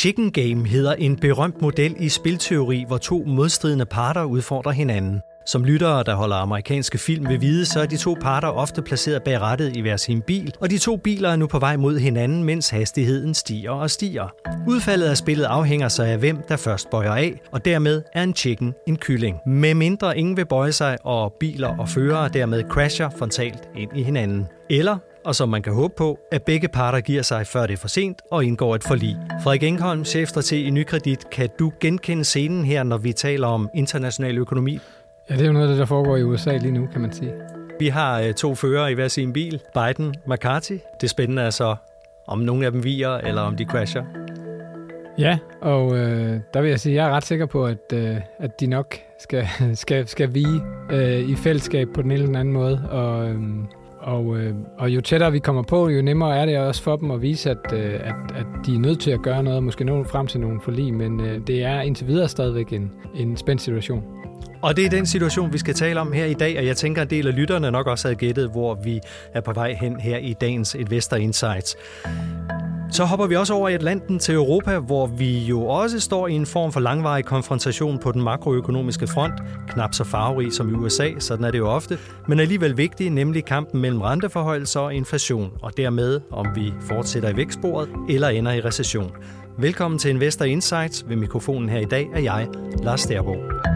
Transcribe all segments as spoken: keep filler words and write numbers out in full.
Chicken Game hedder en berømt model i spilteori, hvor to modstridende parter udfordrer hinanden. Som lyttere, der holder amerikanske film, vil vide, så er de to parter ofte placeret bag rattet i hver sin bil, og de to biler er nu på vej mod hinanden, mens hastigheden stiger og stiger. Udfaldet af spillet afhænger så af, hvem der først bøjer af, og dermed er en chicken en kylling. Med mindre ingen vil bøje sig, og biler og førere dermed crasher frontalt ind i hinanden. Eller, og som man kan håbe på, at begge parter giver sig, før det er for sent, og indgår et forlig. Frederik Engholm, chefstrateg i Nykredit, kan du genkende scenen her, når vi taler om international økonomi? Ja, det er jo noget af det, der foregår i U S A lige nu, kan man sige. Vi har øh, to førere i hver sin bil, Biden, McCarthy. Det spændende er så, om nogle af dem viger, eller om de crasher. Ja, og øh, der vil jeg sige, at jeg er ret sikker på, at, øh, at de nok skal, skal, skal vige øh, i fællesskab på den ene eller den anden måde. Og, øh, og, øh, og jo tættere vi kommer på, jo nemmere er det også for dem at vise, at, øh, at, at de er nødt til at gøre noget, og måske nå frem til nogle forlig. Men øh, det er indtil videre stadigvæk en, en spændt situation. Og det er den situation, vi skal tale om her i dag, og jeg tænker, en del af lytterne nok også havde gættet, hvor vi er på vej hen her i dagens Investor Insights. Så hopper vi også over i Atlanten til Europa, hvor vi jo også står i en form for langvarig konfrontation på den makroøkonomiske front. Knap så farverig som i U S A, sådan er det jo ofte, men alligevel vigtig, nemlig kampen mellem renteforhøjelser og inflation, og dermed om vi fortsætter i vækstsporet eller ender i recession. Velkommen til Investor Insights. Ved mikrofonen her i dag er jeg, Lars Sterbo.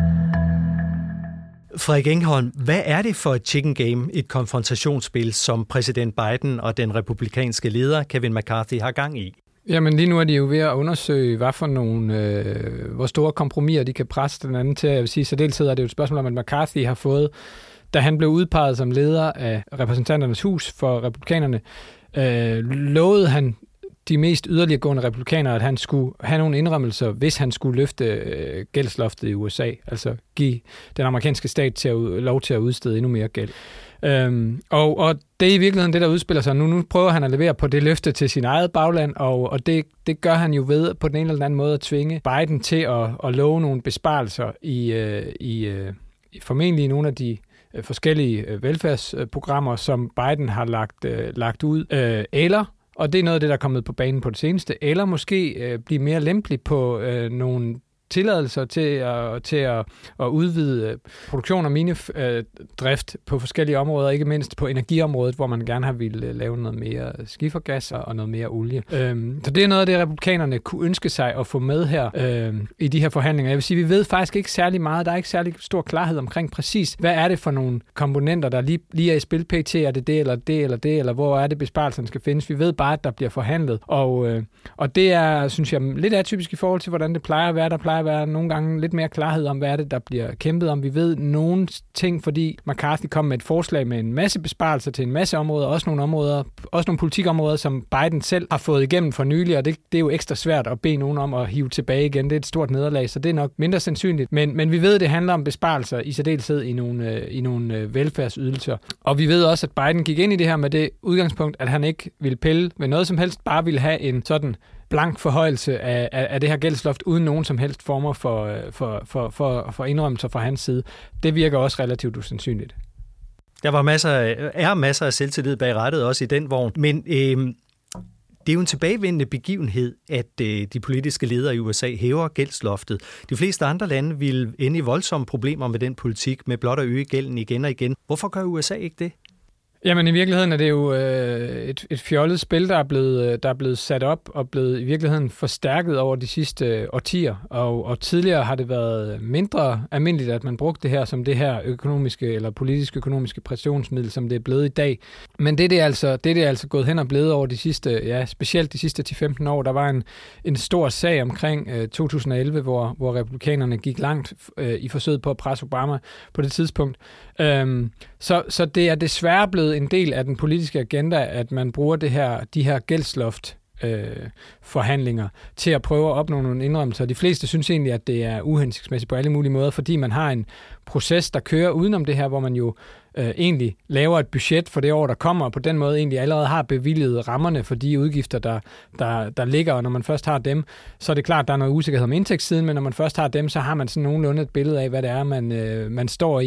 Frederik Engholm, hvad er det for et chicken game, et konfrontationsspil, som præsident Biden og den republikanske leder Kevin McCarthy har gang i? Jamen lige nu er de jo ved at undersøge, hvad for nogle, øh, hvor store kompromiser de kan presse den anden til. Jeg vil sige, så dels er det jo et spørgsmål om, at McCarthy har fået, da han blev udpeget som leder af repræsentanternes hus for republikanerne, øh, lovede han de mest yderliggående republikanere, at han skulle have nogle indrømmelser, hvis han skulle løfte øh, gældsloftet i U S A, altså give den amerikanske stat til at, lov til at udstede endnu mere gæld. Øhm, og, og det er i virkeligheden det, der udspiller sig nu. Nu prøver han at levere på det løfte til sin eget bagland, og, og det, det gør han jo ved på den ene eller anden måde at tvinge Biden til at, at love nogle besparelser i, øh, i øh, formentlig nogle af de øh, forskellige øh, velfærdsprogrammer, som Biden har lagt, øh, lagt ud, øh, eller og det er noget af det, der er kommet på banen på det seneste, eller måske øh, blive mere lempelig på øh, nogle tilladelser til at, til at, at udvide produktion og minedrift på forskellige områder, ikke mindst på energiområdet, hvor man gerne har ville lave noget mere skifergas og noget mere olie. Øhm, så det er noget af det, republikanerne kunne ønske sig at få med her øhm, i de her forhandlinger. Jeg vil sige, vi ved faktisk ikke særlig meget. Der er ikke særlig stor klarhed omkring præcis, hvad er det for nogle komponenter, der lige, lige er i spil pt. Er det det, eller det, eller det, eller hvor er det, besparelserne skal findes. Vi ved bare, at der bliver forhandlet. Og, øh, og det er, synes jeg, lidt atypisk i forhold til, hvordan det plejer at være. Der plejer at være nogle gange lidt mere klarhed om, hvad er det, der bliver kæmpet om. Vi ved nogle ting, fordi McCarthy kom med et forslag med en masse besparelser til en masse områder, også nogle områder, også nogle politikområder, som Biden selv har fået igennem for nylig, og det, det er jo ekstra svært at bede nogen om at hive tilbage igen. Det er et stort nederlag, så det er nok mindre sandsynligt. Men, men vi ved, at det handler om besparelser i særdeleshed i nogle, i nogle velfærdsydelser. Og vi ved også, at Biden gik ind i det her med det udgangspunkt, at han ikke ville pille ved noget som helst, bare ville have en sådan blank forhøjelse af, af, af det her gældsloft, uden nogen som helst former for, for, for, for, for indrømmelser fra hans side. Det virker også relativt usandsynligt. Der var masser af, er masser af selvtillid bag rattet også i den vogn, men øh, det er jo en tilbagevendende begivenhed, at øh, de politiske ledere i U S A hæver gældsloftet. De fleste andre lande vil ende i voldsomme problemer med den politik, med blot at øge gælden igen og igen. Hvorfor gør U S A ikke det? Jamen i virkeligheden er det jo øh, et, et fjollet spil, der er, blevet, der er blevet sat op og blevet i virkeligheden forstærket over de sidste øh, årtier. Og, og tidligere har det været mindre almindeligt, at man brugte det her som det her økonomiske eller politisk-økonomiske pressionsmiddel, som det er blevet i dag. Men det, det er altså, det, det er altså gået hen og blevet over de sidste, ja, specielt de sidste ti til femten år. Der var en, en stor sag omkring øh, to tusind og elleve, hvor, hvor republikanerne gik langt øh, i forsøget på at presse Obama på det tidspunkt. Øhm, så, så det er desværre blevet en del af den politiske agenda, at man bruger det her, de her gældsloft øh, forhandlinger til at prøve at opnå nogle indrømmelser. De fleste synes egentlig, at det er uhensigtsmæssigt på alle mulige måder, fordi man har en proces, der kører udenom det her, hvor man jo øh, egentlig laver et budget for det år, der kommer, og på den måde egentlig allerede har bevilget rammerne for de udgifter, der, der, der ligger, og når man først har dem, så er det klart, at der er noget usikkerhed om indtægtssiden, men når man først har dem, så har man sådan nogenlunde et billede af, hvad det er, man, øh, man står i.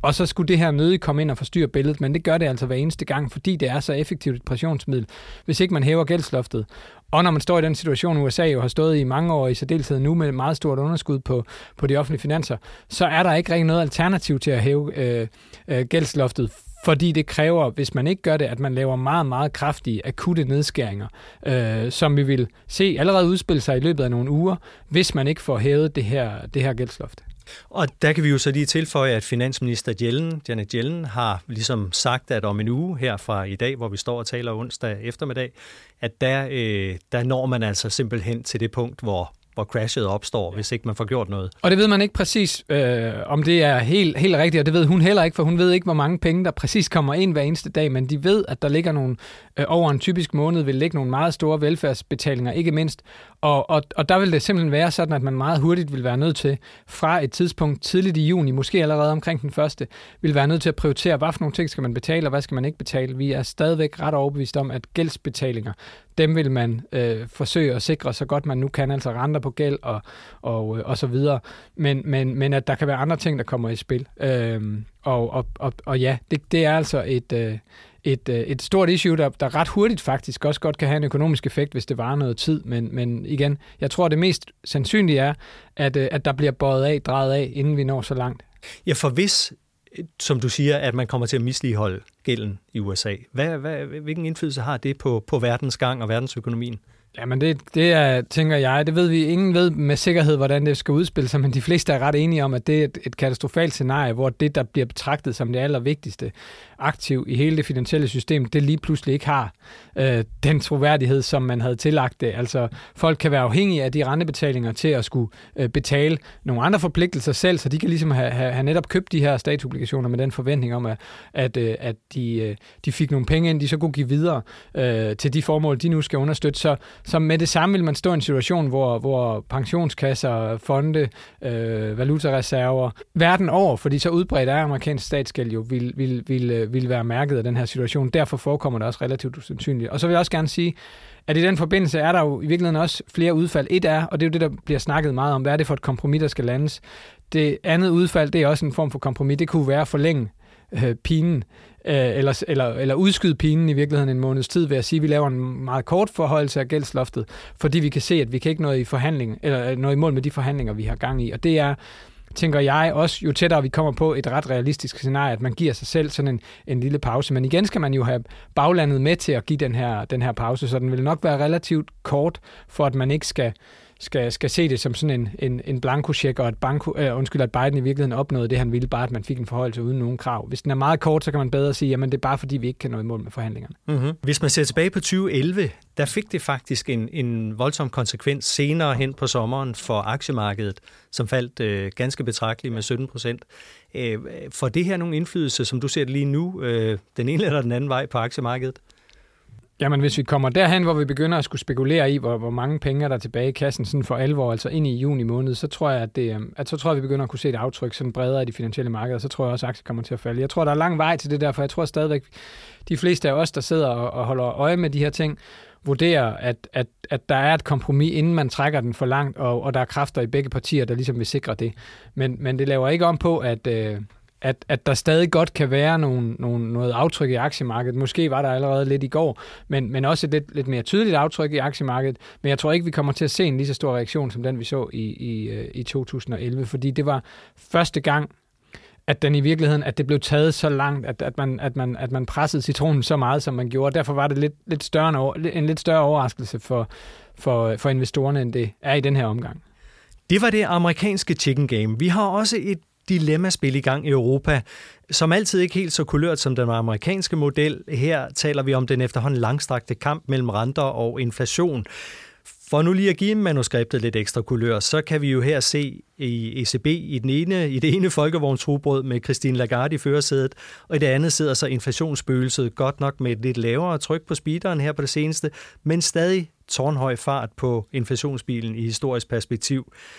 og så skulle det her nødig komme ind og forstyrre billedet, men det gør det altså hver eneste gang, fordi det er så effektivt et pressionsmiddel, hvis ikke man hæver gældsloftet. Og når man står i den situation, U S A jo har stået i mange år, i særdeleshed nu med et meget stort underskud på, på de offentlige finanser, så er der ikke rigtig noget alternativ til at hæve øh, øh, gældsloftet, fordi det kræver, hvis man ikke gør det, at man laver meget, meget kraftige, akutte nedskæringer, øh, som vi vil se allerede udspille sig i løbet af nogle uger, hvis man ikke får hævet det her, det her gældsloft. Og der kan vi jo så lige tilføje, at finansminister Yellen, Janet Yellen, har ligesom sagt, at om en uge her fra i dag, hvor vi står og taler onsdag eftermiddag, at der, øh, der når man altså simpelthen til det punkt, hvor hvor crashet opstår, ja. Hvis ikke man får gjort noget. Og det ved man ikke præcis, øh, om det er helt, helt rigtigt, og det ved hun heller ikke, for hun ved ikke, hvor mange penge, der præcis kommer ind hver eneste dag, men de ved, at der ligger nogle, øh, over en typisk måned, vil ligge nogle meget store velfærdsbetalinger, ikke mindst, og, og, og der vil det simpelthen være sådan, at man meget hurtigt vil være nødt til, fra et tidspunkt tidligt i juni, måske allerede omkring den første, vil være nødt til at prioritere, hvad for nogle ting skal man betale, og hvad skal man ikke betale. Vi er stadigvæk ret overbevist om, at gældsbetalinger, dem vil man øh, forsøge at sikre så godt man nu kan, altså renter på gæld og, og, og så videre. Men, men, men at der kan være andre ting, der kommer i spil. Øhm, og, og, og, og ja, det, det er altså et, øh, et, øh, et stort issue, der, der ret hurtigt faktisk også godt kan have en økonomisk effekt, hvis det varer noget tid. Men, men igen, jeg tror, det mest sandsynlige er, at, øh, at der bliver bøjet af, drejet af, inden vi når så langt. Ja, for hvis, som du siger, at man kommer til at misligeholde gælden i U S A, hvad, hvad, hvilken indflydelse har det på, på verdens gang og verdensøkonomien? Jamen det, det er, tænker jeg, det ved vi, ingen ved med sikkerhed, hvordan det skal udspille sig, men de fleste er ret enige om, at det er et, et katastrofalt scenarie, hvor det, der bliver betragtet som det allervigtigste aktiv i hele det finansielle system, det lige pludselig ikke har øh, den troværdighed, som man havde tillagt det. Altså folk kan være afhængige af de rentebetalinger til at skulle øh, betale nogle andre forpligtelser selv, så de kan ligesom have, have, have netop købt de her statsobligationer med den forventning om, at, at, øh, at de, øh, de fik nogle penge ind, de så kunne give videre øh, til de formål, de nu skal understøtte. Så Så med det samme vil man stå i en situation, hvor, hvor pensionskasser, fonde, øh, valutareserver, verden over, fordi så udbredt er amerikansk statsgæld jo, vil, vil, vil, vil være mærket af den her situation. Derfor forekommer det også relativt usandsynligt. Og så vil jeg også gerne sige, at i den forbindelse er der jo i virkeligheden også flere udfald. Et er, og det er jo det, der bliver snakket meget om, hvad er det for et kompromis, der skal landes. Det andet udfald, det er også en form for kompromis. Det kunne være at forlænge øh, pinen, Eller, eller, eller udskyde pinen i virkeligheden en måneds tid ved at sige, at vi laver en meget kort forhøjelse af gældsloftet, fordi vi kan se, at vi kan ikke nå i forhandling, eller nå i mål med de forhandlinger, vi har gang i. Og det er, tænker jeg også, jo tættere vi kommer på et ret realistisk scenarie, at man giver sig selv sådan en, en lille pause. Men igen skal man jo have baglandet med til at give den her, den her pause, så den vil nok være relativt kort, for at man ikke skal Skal, skal se det som sådan en, en, en blankocheck, og at, banko, øh, undskyld, at Biden i virkeligheden opnåede det, han ville, bare at man fik en forhøjelse uden nogen krav. Hvis den er meget kort, så kan man bedre sige, jamen det er bare fordi, vi ikke kan nå i mål med forhandlingerne. Mm-hmm. Hvis man ser tilbage på tyve elleve, der fik det faktisk en, en voldsom konsekvens senere hen på sommeren for aktiemarkedet, som faldt øh, ganske betragteligt med sytten procent. Øh, får det her nogle indflydelse, som du ser det lige nu, øh, den ene eller den anden vej på aktiemarkedet? Jamen, hvis vi kommer derhen, hvor vi begynder at skulle spekulere i, hvor, hvor mange penge er der tilbage i kassen sådan for alvor, altså ind i juni måned, så tror jeg, at, det, at så tror jeg, at vi begynder at kunne se et aftryk sådan bredere i de finansielle markeder, så tror jeg også, at aktier kommer til at falde. Jeg tror, der er lang vej til det der, for jeg tror stadigvæk, de fleste af os, der sidder og, og holder øje med de her ting, vurderer, at, at, at der er et kompromis, inden man trækker den for langt, og, og der er kræfter i begge partier, der ligesom vil sikre det. Men, men det laver ikke om på, at... Øh, At, at der stadig godt kan være nogle, nogle, noget aftryk i aktiemarkedet. Måske var der allerede lidt i går, men, men også et lidt, lidt mere tydeligt aftryk i aktiemarkedet. Men jeg tror ikke, vi kommer til at se en lige så stor reaktion, som den vi så i, i, i to tusind og elleve, fordi det var første gang, at den i virkeligheden, at det blev taget så langt, at, at, man, at, man, at man pressede citronen så meget, som man gjorde. Derfor var det lidt, lidt større, en lidt større overraskelse for, for, for investorerne, end det er i den her omgang. Det var det amerikanske chicken game. Vi har også et dilemmaspil i gang i Europa, som altid ikke helt så kulørt som den amerikanske model. Her taler vi om den efterhånden langstrakte kamp mellem renter og inflation. For nu lige at give manuskriptet lidt ekstra kulør, så kan vi jo her se i E C B i, den ene, i det ene folkevognsrugbrød med Christine Lagarde i førersædet, og i det andet sidder så inflationsspøgelset godt nok med et lidt lavere tryk på speederen her på det seneste, men stadig tårnhøj fart på inflationsbilen i historisk perspektiv.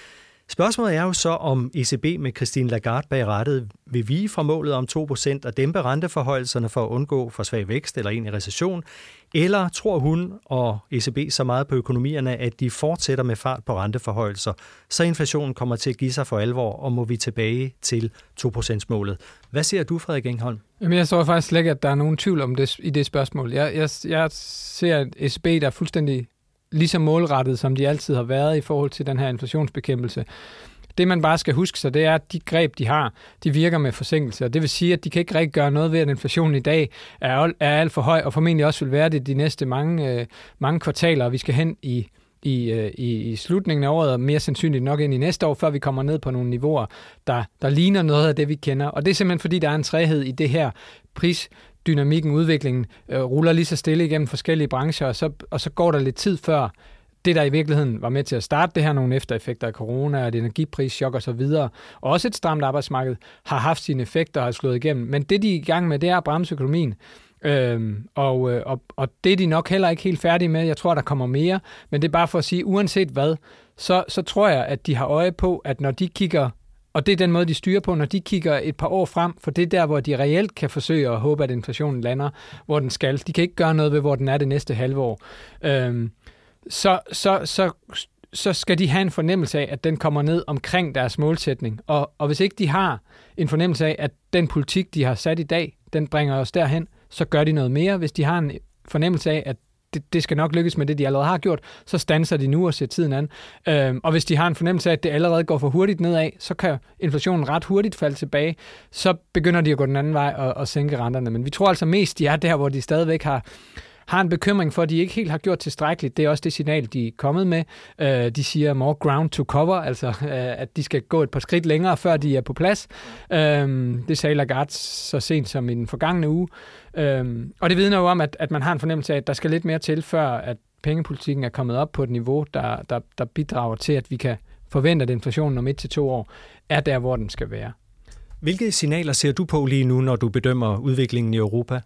Spørgsmålet er jo så, om E C B med Christine Lagarde bag rattet vil vige fra målet om to procent og dæmpe renteforhøjelserne for at undgå for svag vækst eller en i recession, eller tror hun og E C B så meget på økonomierne, at de fortsætter med fart på renteforhøjelser, så inflationen kommer til at give sig for alvor, og må vi tilbage til to procent-målet. Hvad siger du, Frederik Engholm? Jamen, jeg tror faktisk slet ikke, at der er nogen tvivl om det i det spørgsmål. Jeg, jeg, jeg ser et E C B, der er fuldstændig lige så målrettet, som de altid har været i forhold til den her inflationsbekæmpelse. Det, man bare skal huske sig, det er, at de greb, de har, de virker med forsinkelse. Det vil sige, at de kan ikke rigtig gøre noget ved, at inflationen i dag er, er alt for høj, og formentlig også vil være det de næste mange, øh, mange kvartaler. Vi skal hen i, i, øh, i slutningen af året, og mere sandsynligt nok ind i næste år, før vi kommer ned på nogle niveauer, der, der ligner noget af det, vi kender. Og det er simpelthen, fordi der er en træghed i det her pris. Dynamikken, udviklingen øh, ruller lige så stille igennem forskellige brancher, og så, og så går der lidt tid før det, der i virkeligheden var med til at starte det her, nogle eftereffekter af corona, et energiprischok og så videre, og også et stramt arbejdsmarked, har haft sine effekter og har slået igennem. Men det, de er i gang med, det er at bremse økonomien. Øhm, og, og, og det er de nok heller ikke helt færdige med. Jeg tror, der kommer mere, men det er bare for at sige, uanset hvad, så, så tror jeg, at de har øje på, at når de kigger, og det er den måde, de styrer på, når de kigger et par år frem, for det er der, hvor de reelt kan forsøge at håbe, at inflationen lander, hvor den skal. De kan ikke gøre noget ved, hvor den er det næste halve år. Øhm, så, så, så, så skal de have en fornemmelse af, at den kommer ned omkring deres målsætning. Og, og hvis ikke de har en fornemmelse af, at den politik, de har sat i dag, den bringer os derhen, så gør de noget mere. Hvis de har en fornemmelse af, at det, det skal nok lykkes med det, de allerede har gjort, så standser de nu og ser tiden an. Øhm, og hvis de har en fornemmelse af, at det allerede går for hurtigt nedad, så kan inflationen ret hurtigt falde tilbage. Så begynder de at gå den anden vej og, og sænke renterne. Men vi tror altså mest, de er der, hvor de stadigvæk har har en bekymring for, at de ikke helt har gjort tilstrækkeligt. Det er også det signal, de er kommet med. Uh, de siger more ground to cover, altså uh, at de skal gå et par skridt længere, før de er på plads. Uh, det sagde Lagarde så sent som i den forgangne uge. Uh, og det vidner jo om, at, at man har en fornemmelse af, at der skal lidt mere til, før at pengepolitikken er kommet op på et niveau, der, der, der bidrager til, at vi kan forvente, at inflationen om et til to år er der, hvor den skal være. Hvilke signaler ser du på lige nu, når du bedømmer udviklingen i Europa?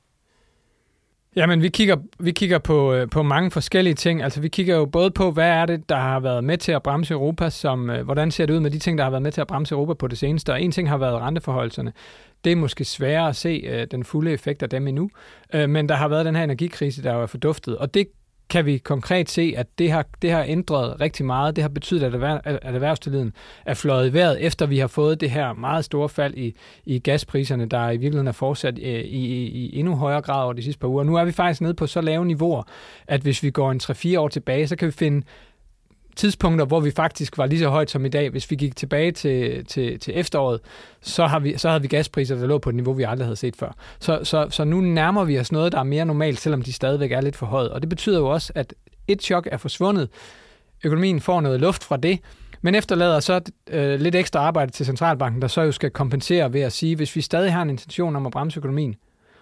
Jamen, vi kigger, vi kigger på, på mange forskellige ting. Altså, vi kigger jo både på, hvad er det, der har været med til at bremse Europa, som, hvordan ser det ud med de ting, der har været med til at bremse Europa på det seneste. Og en ting har været renteforholdelserne. Det er måske sværere at se øh, den fulde effekt af dem endnu. Øh, men der har været den her energikrise, der jo er forduftet. Og det kan vi konkret se, at det har, det har ændret rigtig meget. Det har betydet, at, erhver, at erhvervstilliden er fløjet i vejret, efter vi har fået det her meget store fald i, i gaspriserne, der i virkeligheden er fortsat i, i, i endnu højere grad over de sidste par uger. Nu er vi faktisk nede på så lave niveauer, at hvis vi går en tre fire år tilbage, så kan vi finde tidspunkter, hvor vi faktisk var lige så højt som i dag. Hvis vi gik tilbage til, til, til efteråret, så, har vi, så havde vi gaspriser, der lå på et niveau, vi aldrig havde set før. Så, så, så nu nærmer vi os noget, der er mere normalt, selvom de stadigvæk er lidt for højt. Og det betyder jo også, at et chok er forsvundet. Økonomien får noget luft fra det, men efterlader så øh, lidt ekstra arbejde til centralbanken, der så jo skal kompensere ved at sige, hvis vi stadig har en intention om at bremse økonomien,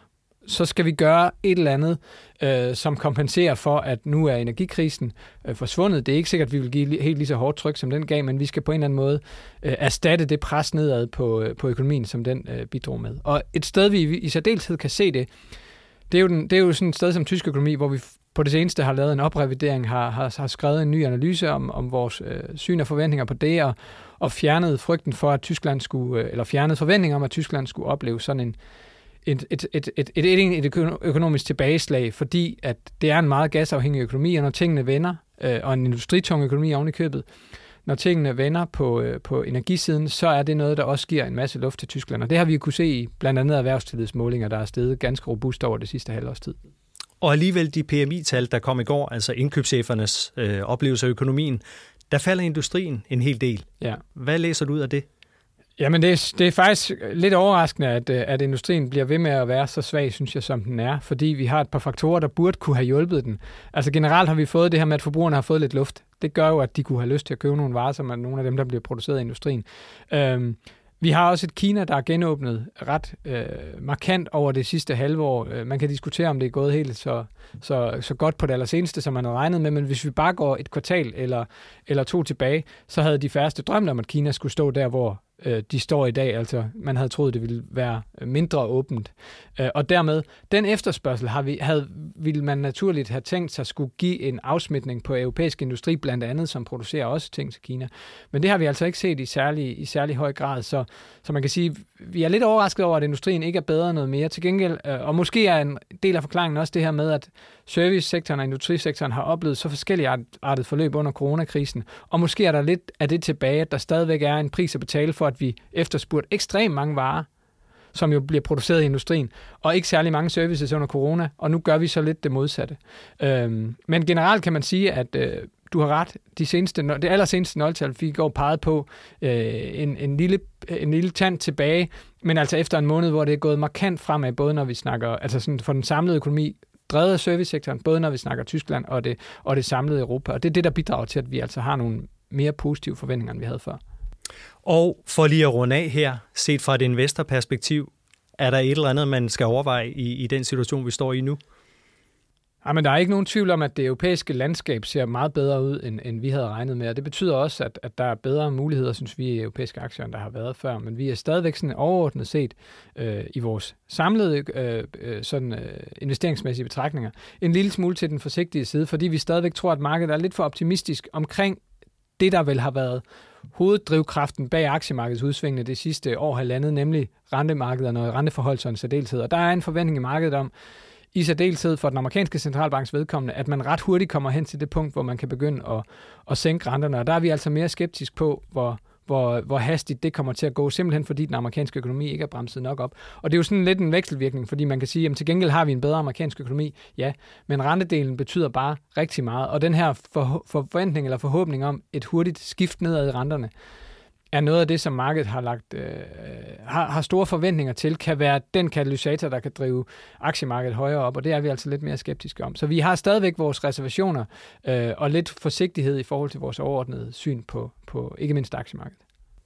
så skal vi gøre et eller andet, øh, som kompenserer for, at nu er energikrisen øh, forsvundet. Det er ikke sikkert, at vi vil give helt lige så hårdt tryk, som den gav, men vi skal på en eller anden måde øh, erstatte det pres nedad på, øh, på økonomien, som den øh, bidrog med. Og et sted, vi i særdeleshed kan se det, det er jo, den, det er jo sådan et sted som tysk økonomi, hvor vi på det seneste har lavet en oprevidering, har, har, har skrevet en ny analyse om, om vores øh, syn og forventninger på det, og, og fjernet frygten for, at Tyskland skulle, øh, eller fjernet forventninger om, at Tyskland skulle opleve sådan en Et, et, et, et, et, et, et økonomisk tilbageslag, fordi at det er en meget gasafhængig økonomi, og når tingene vender, øh, og en industritung økonomi oven i købet, når tingene vender på, øh, på energisiden, så er det noget, der også giver en masse luft til Tyskland. Og det har vi kunne se i blandt andet erhvervstillidsmålinger, der er steget ganske robust over det sidste halvårs tid. Og alligevel de P M I-tal, der kom i går, altså indkøbschefernes øh, oplevelse af økonomien, der falder industrien en hel del. Ja. Hvad læser du ud af det? Jamen, det er, det er faktisk lidt overraskende, at, at industrien bliver ved med at være så svag, synes jeg, som den er, fordi vi har et par faktorer, der burde kunne have hjulpet den. Altså generelt har vi fået det her med, at forbrugerne har fået lidt luft. Det gør jo, at de kunne have lyst til at købe nogle varer, som er nogle af dem, der bliver produceret i industrien. Øhm, vi har også et Kina, der er genåbnet ret øh, markant over det sidste halve år. Man kan diskutere, om det er gået helt så, så, så godt på det allerseneste, som man havde regnet med, men hvis vi bare går et kvartal eller, eller to tilbage, så havde de færreste drømt om, at Kina skulle stå der, hvor øh, de står i dag. Altså, man havde troet, det ville være mindre åbent. Øh, og dermed, den efterspørgsel har vi, havde, ville man naturligt have tænkt sig skulle give en afsmitning på europæisk industri, blandt andet, som producerer også ting til Kina. Men det har vi altså ikke set i særlig, i særlig høj grad. Så, så man kan sige, vi er lidt overrasket over, at industrien ikke er bedre noget mere. Til gengæld, øh, og måske er en del af forklaringen også det her med, at servicesektoren og industrisektoren har oplevet så forskellige artet forløb under coronakrisen, og måske er der lidt af det tilbage, at der stadigvæk er en pris at betale for, at vi efterspurgte ekstremt mange varer, som jo bliver produceret i industrien, og ikke særlig mange services under corona, og nu gør vi så lidt det modsatte. Øhm, men generelt kan man sige, at øh, du har ret. De seneste, det allerseneste nøgletal, vi går peget på øh, en, en, lille, en lille tand tilbage, men altså efter en måned, hvor det er gået markant fremad, både når vi snakker, altså sådan for den samlede økonomi, drevet af servicesektoren, både når vi snakker Tyskland og det, og det samlede Europa. Og det er det, der bidrager til, at vi altså har nogle mere positive forventninger, end vi havde før. Og for lige at runde af her, set fra et investorperspektiv, er der et eller andet, man skal overveje i, i den situation, vi står i nu? Ja, men der er ikke nogen tvivl om, at det europæiske landskab ser meget bedre ud, end, end vi havde regnet med. Og det betyder også, at, at der er bedre muligheder, synes vi, i europæiske aktier, end der har været før. Men vi er stadigvæk sådan overordnet set øh, i vores samlede øh, sådan, øh, investeringsmæssige betragtninger en lille smule til den forsigtige side, fordi vi stadigvæk tror, at markedet er lidt for optimistisk omkring det, der vel har været hoveddrivkraften bag aktiemarkedets udsvingende det sidste år halvandet, nemlig rentemarkederne og renteforholdserne særdeleshed. Og der er en forventning i markedet om, i særdeleshed for den amerikanske centralbanks vedkommende, at man ret hurtigt kommer hen til det punkt, hvor man kan begynde at, at sænke renterne. Og der er vi altså mere skeptisk på, hvor, hvor, hvor hastigt det kommer til at gå, simpelthen fordi den amerikanske økonomi ikke er bremset nok op. Og det er jo sådan lidt en vekselvirkning, fordi man kan sige, at til gengæld har vi en bedre amerikansk økonomi, ja, men rentedelen betyder bare rigtig meget. Og den her for, forventning eller forhåbning om et hurtigt skift nedad i renterne, er noget af det, som markedet har lagt øh, har, har store forventninger til, kan være den katalysator, der kan drive aktiemarkedet højere op, og det er vi altså lidt mere skeptiske om. Så vi har stadigvæk vores reservationer øh, og lidt forsigtighed i forhold til vores overordnede syn på, på ikke mindst aktiemarkedet.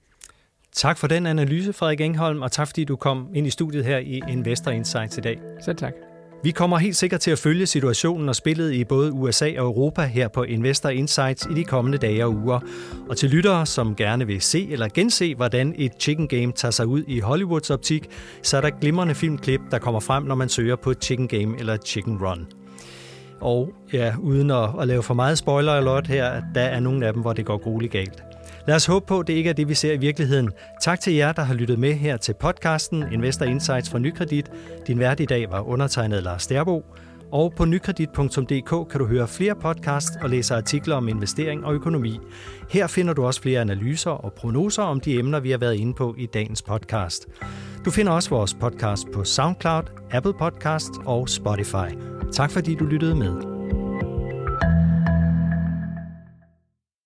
Tak for den analyse, Frederik Engholm, og tak fordi du kom ind i studiet her i Investor Insights i dag. Selv tak. Vi kommer helt sikkert til at følge situationen og spillet i både U S A og Europa her på Investor Insights i de kommende dage og uger. Og til lyttere, som gerne vil se eller gense, hvordan et chicken game tager sig ud i Hollywoods optik, så er der glimrende filmklip, der kommer frem, når man søger på chicken game eller chicken run. Og ja, uden at, at lave for meget spoiler alert her, der er nogle af dem, hvor det går grueligt galt. Lad os håbe på, at det ikke er det, vi ser i virkeligheden. Tak til jer, der har lyttet med her til podcasten Investor Insights fra Nykredit. Din vært i dag var undertegnet Lars Sterbo. Og på nykredit punktum d k kan du høre flere podcasts og læse artikler om investering og økonomi. Her finder du også flere analyser og prognoser om de emner, vi har været inde på i dagens podcast. Du finder også vores podcast på SoundCloud, Apple Podcasts og Spotify. Tak fordi du lyttede med.